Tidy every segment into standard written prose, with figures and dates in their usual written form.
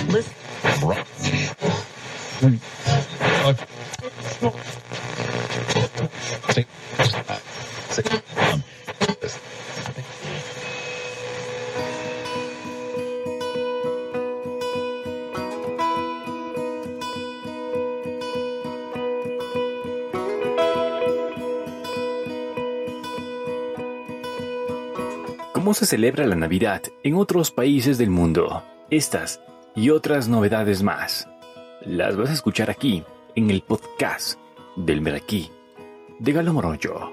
¿Cómo se celebra la Navidad en otros países del mundo? Estas y otras novedades más las vas a escuchar aquí en el podcast del Meraquí de Galo Morocho.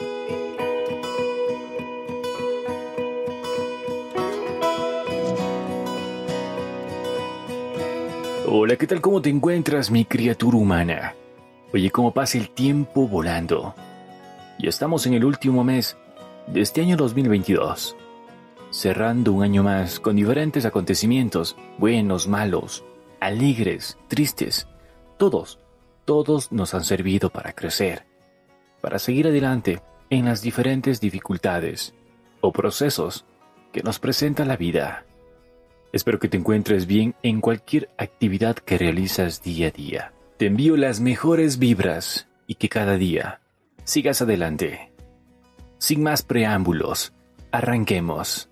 Hola, ¿qué tal? ¿Cómo te encuentras, mi criatura humana? Oye, ¿cómo pasa el tiempo volando? Ya estamos en el último mes de este año 2022, cerrando un año más con diferentes acontecimientos, buenos, malos, alegres, tristes. Todos nos han servido para crecer, para seguir adelante en las diferentes dificultades o procesos que nos presenta la vida. Espero que te encuentres bien en cualquier actividad que realizas día a día. Te envío las mejores vibras y que cada día sigas adelante. Sin más preámbulos, arranquemos.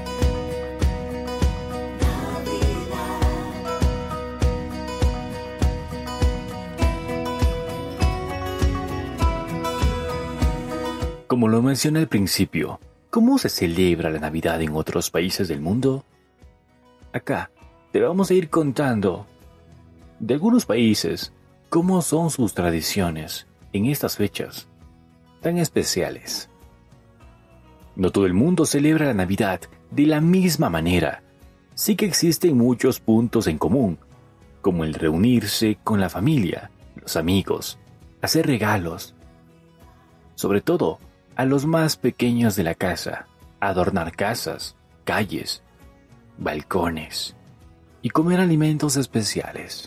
Como lo mencioné al principio, ¿cómo se celebra la Navidad en otros países del mundo? Acá te vamos a ir contando de algunos países cómo son sus tradiciones en estas fechas tan especiales. No todo el mundo celebra la Navidad de la misma manera. Sí que existen muchos puntos en común, como el reunirse con la familia, los amigos, hacer regalos, sobre todo a los más pequeños de la casa, adornar casas, calles, balcones y comer alimentos especiales.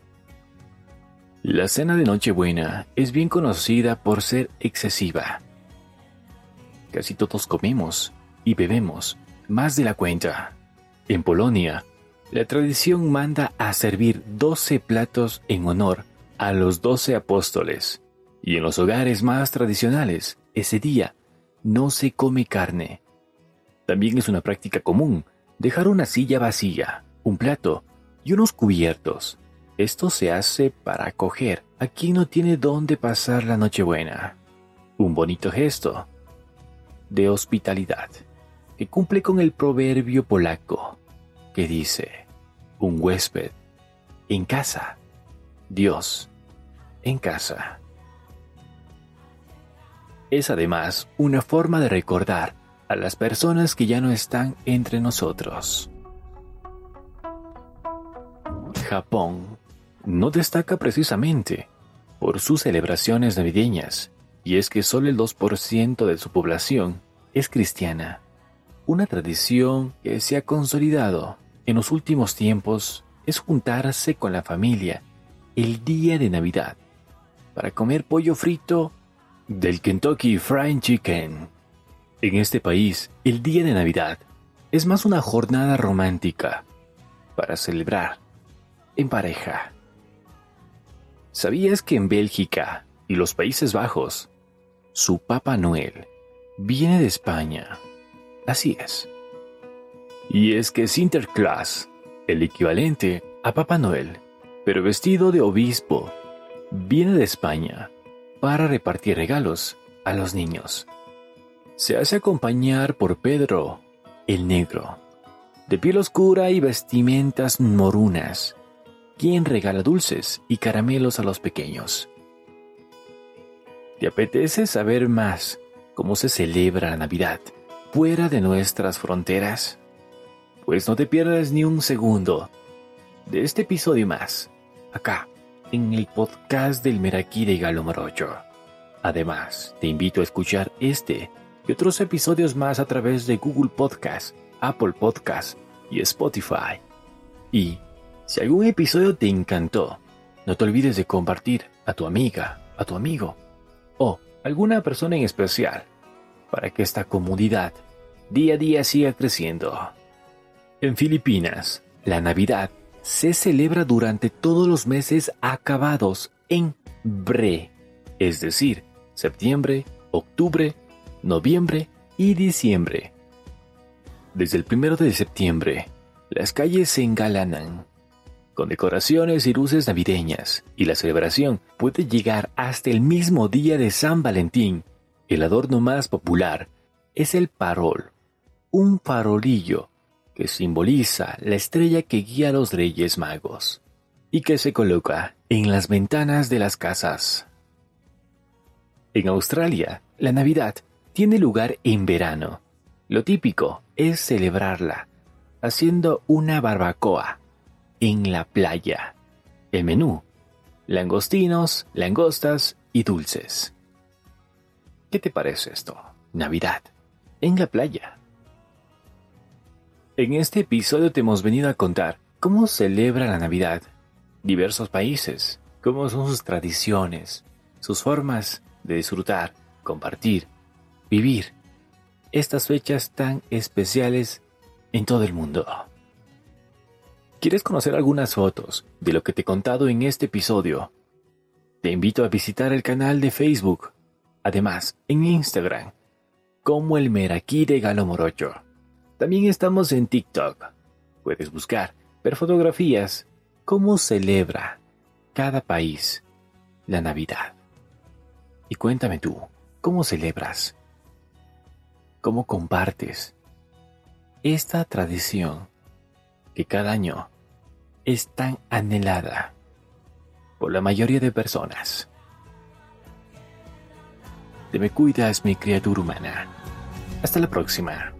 La cena de Nochebuena es bien conocida por ser excesiva. Casi todos comemos y bebemos más de la cuenta. En Polonia, la tradición manda a servir 12 platos en honor a los 12 apóstoles. Y en los hogares más tradicionales, ese día no se come carne. También es una práctica común dejar una silla vacía, un plato y unos cubiertos. Esto se hace para acoger a quien no tiene dónde pasar la Nochebuena. Un bonito gesto de hospitalidad que cumple con el proverbio polaco que dice: un huésped en casa, Dios en casa. Es además una forma de recordar a las personas que ya no están entre nosotros. Japón no destaca precisamente por sus celebraciones navideñas, y es que solo el 2% de su población es cristiana. Una tradición que se ha consolidado en los últimos tiempos es juntarse con la familia el día de Navidad para comer pollo frito del Kentucky Fried Chicken. En este país, el día de Navidad es más una jornada romántica para celebrar en pareja. ¿Sabías que en Bélgica y los Países Bajos, su Papá Noel viene de España? Así es. Y es que Sinterklaas, el equivalente a Papá Noel, pero vestido de obispo, viene de España para repartir regalos a los niños. Se hace acompañar por Pedro, el Negro, de piel oscura y vestimentas morunas, quien regala dulces y caramelos a los pequeños. ¿Te apetece saber más cómo se celebra la Navidad fuera de nuestras fronteras? Pues no te pierdas ni un segundo de este episodio más, acá, en el podcast del Meraquí de Galo Morocho. Además, te invito a escuchar este y otros episodios más a través de Google Podcast, Apple Podcast y Spotify. Y si algún episodio te encantó, no te olvides de compartir a tu amiga, a tu amigo o alguna persona en especial para que esta comunidad día a día siga creciendo. En Filipinas, la Navidad se celebra durante todos los meses acabados en bre, es decir, septiembre, octubre, noviembre y diciembre. Desde el 1 de septiembre, las calles se engalanan con decoraciones y luces navideñas, y la celebración puede llegar hasta el mismo día de San Valentín. El adorno más popular es el farol, un farolillo que simboliza la estrella que guía a los Reyes Magos y que se coloca en las ventanas de las casas. En Australia, la Navidad tiene lugar en verano. Lo típico es celebrarla haciendo una barbacoa en la playa. El menú: langostinos, langostas y dulces. ¿Qué te parece esto? Navidad en la playa. En este episodio te hemos venido a contar cómo celebra la Navidad diversos países, cómo son sus tradiciones, sus formas de disfrutar, compartir, vivir estas fechas tan especiales en todo el mundo. ¿Quieres conocer algunas fotos de lo que te he contado en este episodio? Te invito a visitar el canal de Facebook, además en Instagram, como el Meraquí de Galo Morocho. También estamos en TikTok. Puedes buscar, ver fotografías, cómo celebra cada país la Navidad. Y cuéntame tú, ¿cómo celebras? ¿Cómo compartes esta tradición que cada año es tan anhelada por la mayoría de personas? Te me cuidas, mi criatura humana. Hasta la próxima.